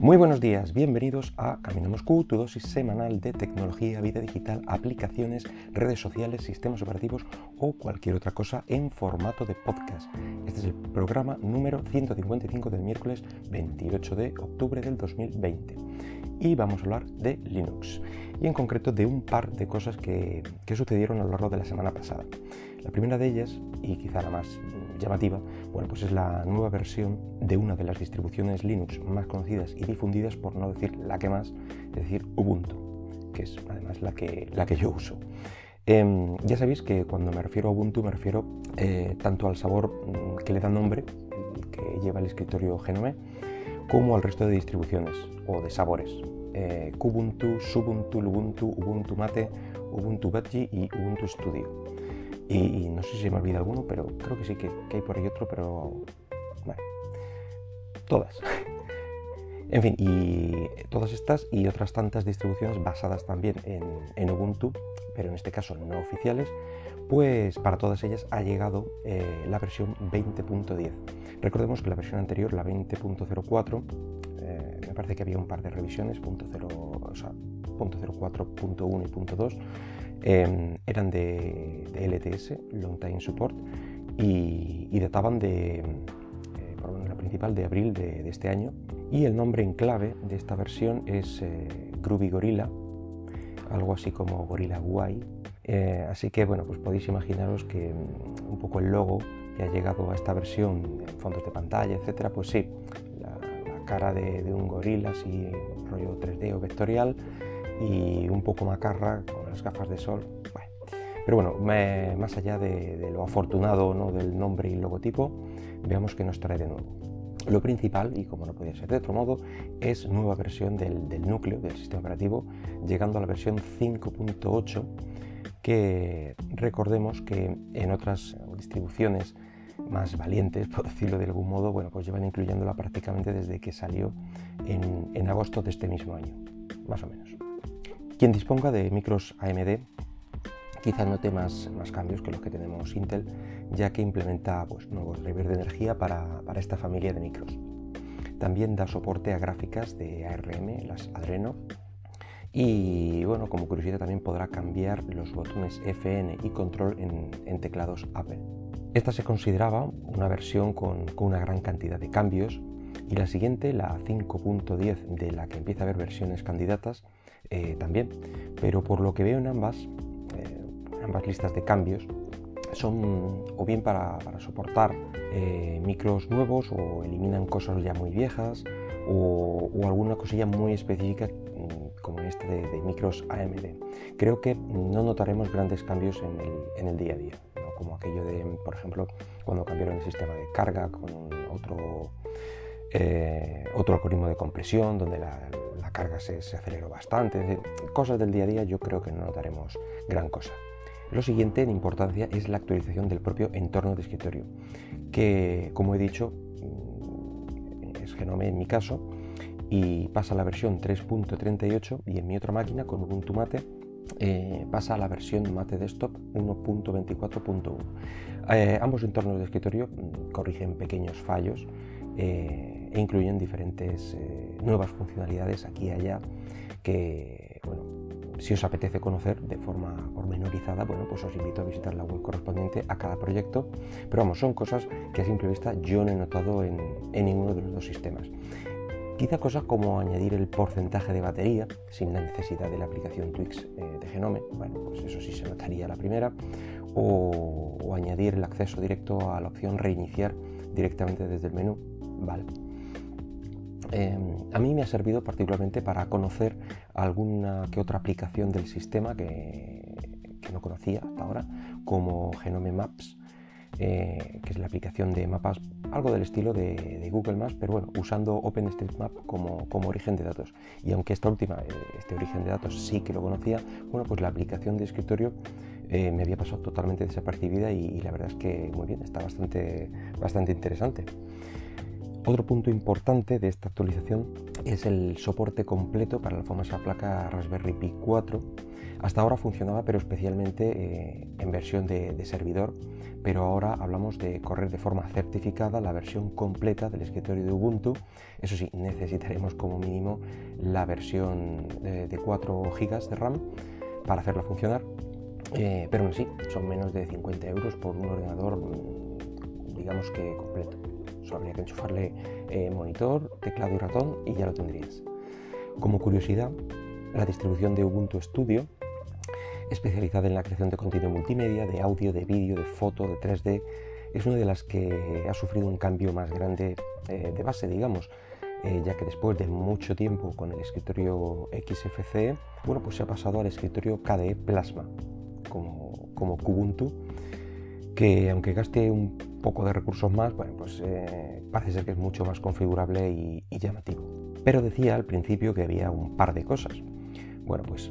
Muy buenos días, bienvenidos a Camino Moscú, tu dosis semanal de tecnología, vida digital, aplicaciones, redes sociales, sistemas operativos o cualquier otra cosa en formato de podcast. Este es el programa número 155 del miércoles 28 de octubre del 2020 y vamos a hablar de Linux y en concreto de un par de cosas que sucedieron a lo largo de la semana pasada. La primera de ellas, y quizá la más llamativa, pues es la nueva versión de una de las distribuciones Linux más conocidas y difundidas, por no decir la que más, es decir, Ubuntu, que es además la que yo uso. Ya sabéis que cuando me refiero a Ubuntu me refiero tanto al sabor que le da nombre, que lleva el escritorio Genome, como al resto de distribuciones o de sabores. Kubuntu, Xubuntu, Lubuntu, Ubuntu Mate, Ubuntu Veggie y Ubuntu Studio. Y no sé si me olvida alguno, pero creo que sí que hay por ahí otro, pero bueno, todas. En fin, y todas estas y otras tantas distribuciones basadas también en Ubuntu, pero en este caso no oficiales, pues para todas ellas ha llegado la versión 20.10. Recordemos que la versión anterior, la 20.04, me parece que había un par de revisiones, .04.1 y .2, eran de LTS, Long Time Support, y databan por lo menos la principal, de abril de este año. Y el nombre en clave de esta versión es Groovy Gorilla, algo así como Gorilla Guay. Así que bueno, pues podéis imaginaros que un poco el logo que ha llegado a esta versión, fondos de pantalla, etcétera, pues sí, la cara de un gorila así rollo 3D o vectorial y un poco macarra con las gafas de sol. Bueno, pero bueno, más allá de lo afortunado, ¿no?, del nombre y el logotipo, veamos qué nos trae de nuevo. Lo principal, y como no podía ser de otro modo, es nueva versión del núcleo del sistema operativo, llegando a la versión 5.8, que recordemos que en otras distribuciones más valientes, por decirlo de algún modo, bueno, pues llevan incluyéndola prácticamente desde que salió en agosto de este mismo año, más o menos. Quien disponga de micros AMD quizá note más cambios que los que tenemos Intel, ya que implementa nuevos drivers de energía para esta familia de micros. También da soporte a gráficas de ARM, las Adreno, y bueno, como curiosidad también podrá cambiar los botones FN y control en teclados Apple. Esta se consideraba una versión con una gran cantidad de cambios, y la siguiente, la 5.10, de la que empieza a haber versiones candidatas, también, pero por lo que veo en ambas listas de cambios son o bien para soportar micros nuevos, o eliminan cosas ya muy viejas, o alguna cosilla muy específica como en este de micros AMD. Creo que no notaremos grandes cambios en el día a día, ¿no?, como aquello de, por ejemplo, cuando cambiaron el sistema de carga con otro algoritmo de compresión donde la carga se aceleró bastante. Es decir, cosas del día a día yo creo que no notaremos gran cosa. Lo siguiente en importancia es la actualización del propio entorno de escritorio, que, como he dicho, es Genome en mi caso, y pasa a la versión 3.38, y en mi otra máquina con Ubuntu Mate pasa a la versión Mate Desktop 1.24.1. Ambos entornos de escritorio corrigen pequeños fallos e incluyen diferentes nuevas funcionalidades aquí y allá que, bueno, si os apetece conocer de forma pormenorizada, bueno, pues os invito a visitar la web correspondiente a cada proyecto, pero vamos, son cosas que a simple vista yo no he notado en ninguno de los dos sistemas. Quizá cosas como añadir el porcentaje de batería sin la necesidad de la aplicación Twix de Genome, bueno, pues eso sí se notaría la primera, o añadir el acceso directo a la opción reiniciar directamente desde el menú, vale. A mí me ha servido particularmente para conocer alguna que otra aplicación del sistema que no conocía hasta ahora, como Genome Maps, que es la aplicación de mapas, algo del estilo de Google Maps, pero bueno, usando OpenStreetMap como origen de datos. Y aunque esta última, este origen de datos sí que lo conocía, bueno, pues la aplicación de escritorio me había pasado totalmente desapercibida, y la verdad es que muy bien, está bastante interesante. Otro punto importante de esta actualización es el soporte completo para la famosa placa Raspberry Pi 4, Hasta ahora funcionaba, pero especialmente en versión de servidor, pero ahora hablamos de correr de forma certificada la versión completa del escritorio de Ubuntu. Eso sí, necesitaremos como mínimo la versión de 4 GB de RAM para hacerla funcionar, pero aún así son menos de 50 € por un ordenador, digamos que completo. Solo habría que enchufarle monitor, teclado y ratón y ya lo tendrías. Como curiosidad, la distribución de Ubuntu Studio, especializada en la creación de contenido multimedia, de audio, de vídeo, de foto, de 3D, es una de las que ha sufrido un cambio más grande de base, digamos, ya que después de mucho tiempo con el escritorio XFCE, bueno, pues se ha pasado al escritorio KDE Plasma, como Kubuntu, que aunque gaste un poco de recursos más, bueno, pues parece ser que es mucho más configurable y llamativo. Pero decía al principio que había un par de cosas. Bueno, pues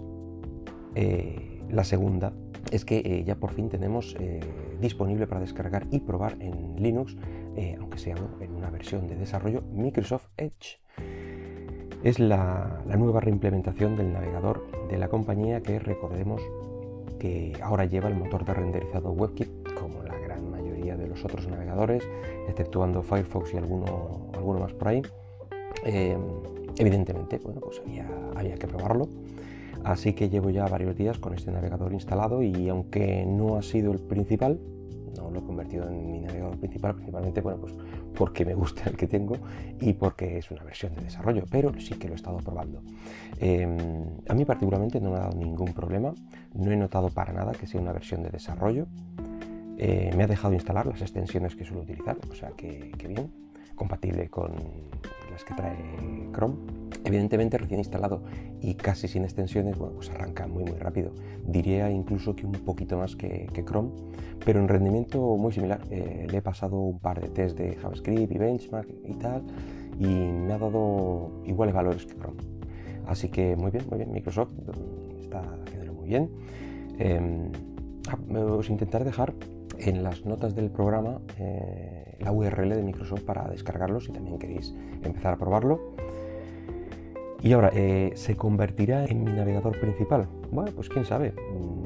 la segunda es que ya por fin tenemos disponible para descargar y probar en Linux, aunque sea en una versión de desarrollo, Microsoft Edge. Es la nueva reimplementación del navegador de la compañía que, recordemos, que ahora lleva el motor de renderizado WebKit, como la gran mayoría de los otros navegadores, exceptuando Firefox y alguno más por ahí. Evidentemente, bueno, pues había que probarlo. Así que llevo ya varios días con este navegador instalado y aunque no ha sido el principal, no lo he convertido en mi navegador principal, principalmente bueno, pues porque me gusta el que tengo y porque es una versión de desarrollo, pero sí que lo he estado probando. A mí particularmente no me ha dado ningún problema, no he notado para nada que sea una versión de desarrollo. Me ha dejado instalar las extensiones que suelo utilizar, o sea que bien, compatible con las que trae Chrome. Evidentemente recién instalado y casi sin extensiones, bueno, pues arranca muy rápido. Diría incluso que un poquito más que Chrome, pero en rendimiento muy similar. Le he pasado un par de test de JavaScript y benchmark y tal, y me ha dado iguales valores que Chrome. Así que muy bien, Microsoft está haciéndolo muy bien. Os intentaré dejar en las notas del programa la URL de Microsoft para descargarlo si también queréis empezar a probarlo. Y ahora, ¿se convertirá en mi navegador principal? Bueno, pues quién sabe.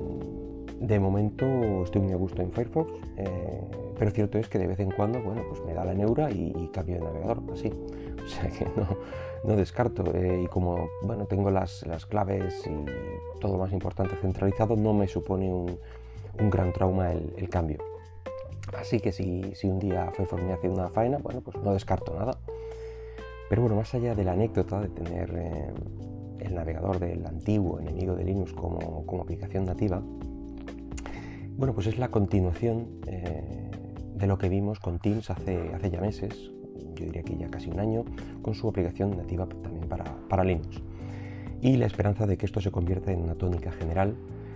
De momento estoy muy a gusto en Firefox, pero cierto es que de vez en cuando, bueno, pues me da la neura y cambio de navegador, así. O sea que no descarto. Y como, bueno, tengo las claves y todo lo más importante centralizado, no me supone un gran trauma el cambio. Así que si un día Firefox me hace una faena, bueno, pues no descarto nada. Pero bueno, más allá de la anécdota de tener el navegador del antiguo enemigo de Linux como aplicación nativa, bueno, pues es la continuación de lo que vimos con Teams hace ya meses, yo diría que ya casi un año, con su aplicación nativa también para Linux. Y la esperanza de que esto se convierta en una tónica general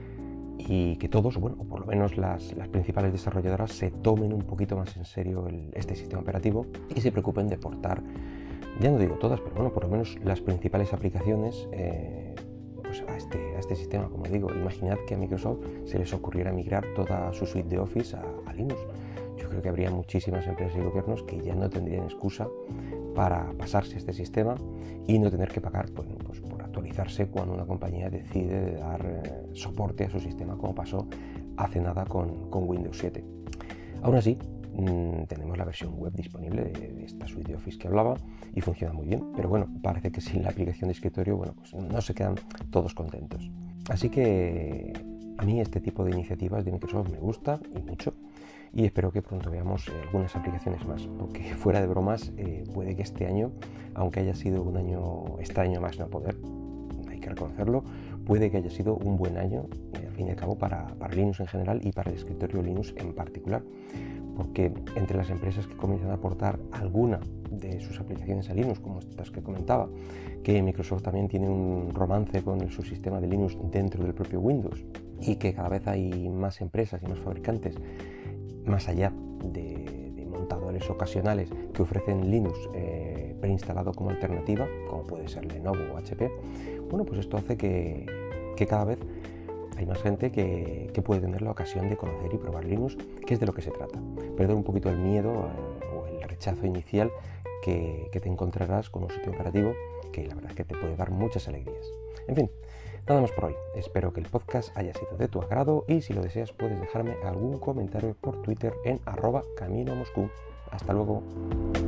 y que todos, bueno, o por lo menos las principales desarrolladoras, se tomen un poquito más en serio este sistema operativo y se preocupen de portar, ya no digo todas, pero bueno, por lo menos las principales aplicaciones pues a este sistema. Como digo, imaginad que a Microsoft se les ocurriera migrar toda su suite de Office a Linux. Yo creo que habría muchísimas empresas y gobiernos que ya no tendrían excusa para pasarse a este sistema y no tener que pagar pues por actualizarse cuando una compañía decide dar soporte a su sistema, como pasó hace nada con Windows 7. Aún así, tenemos la versión web disponible de esta suite de Office que hablaba y funciona muy bien, pero bueno, parece que sin la aplicación de escritorio, bueno, pues no se quedan todos contentos. Así que a mí este tipo de iniciativas de Microsoft me gusta y mucho, y espero que pronto veamos algunas aplicaciones más, porque fuera de bromas, puede que este año, aunque haya sido un año extraño más no poder, hay que reconocerlo, puede que haya sido un buen año, al fin y al cabo, para Linux en general y para el escritorio Linux en particular, porque entre las empresas que comienzan a aportar alguna de sus aplicaciones a Linux, como estas que comentaba, que Microsoft también tiene un romance con el subsistema de Linux dentro del propio Windows, y que cada vez hay más empresas y más fabricantes, más allá de montadores ocasionales, que ofrecen Linux preinstalado como alternativa, como puede ser Lenovo o HP. Bueno, pues esto hace que cada vez hay más gente que puede tener la ocasión de conocer y probar Linux, que es de lo que se trata. Perder un poquito el miedo o el rechazo inicial que te encontrarás con un sistema operativo que la verdad es que te puede dar muchas alegrías. En fin, Nada más por hoy, espero que el podcast haya sido de tu agrado y si lo deseas puedes dejarme algún comentario por Twitter en @CaminoMoscú. Hasta luego.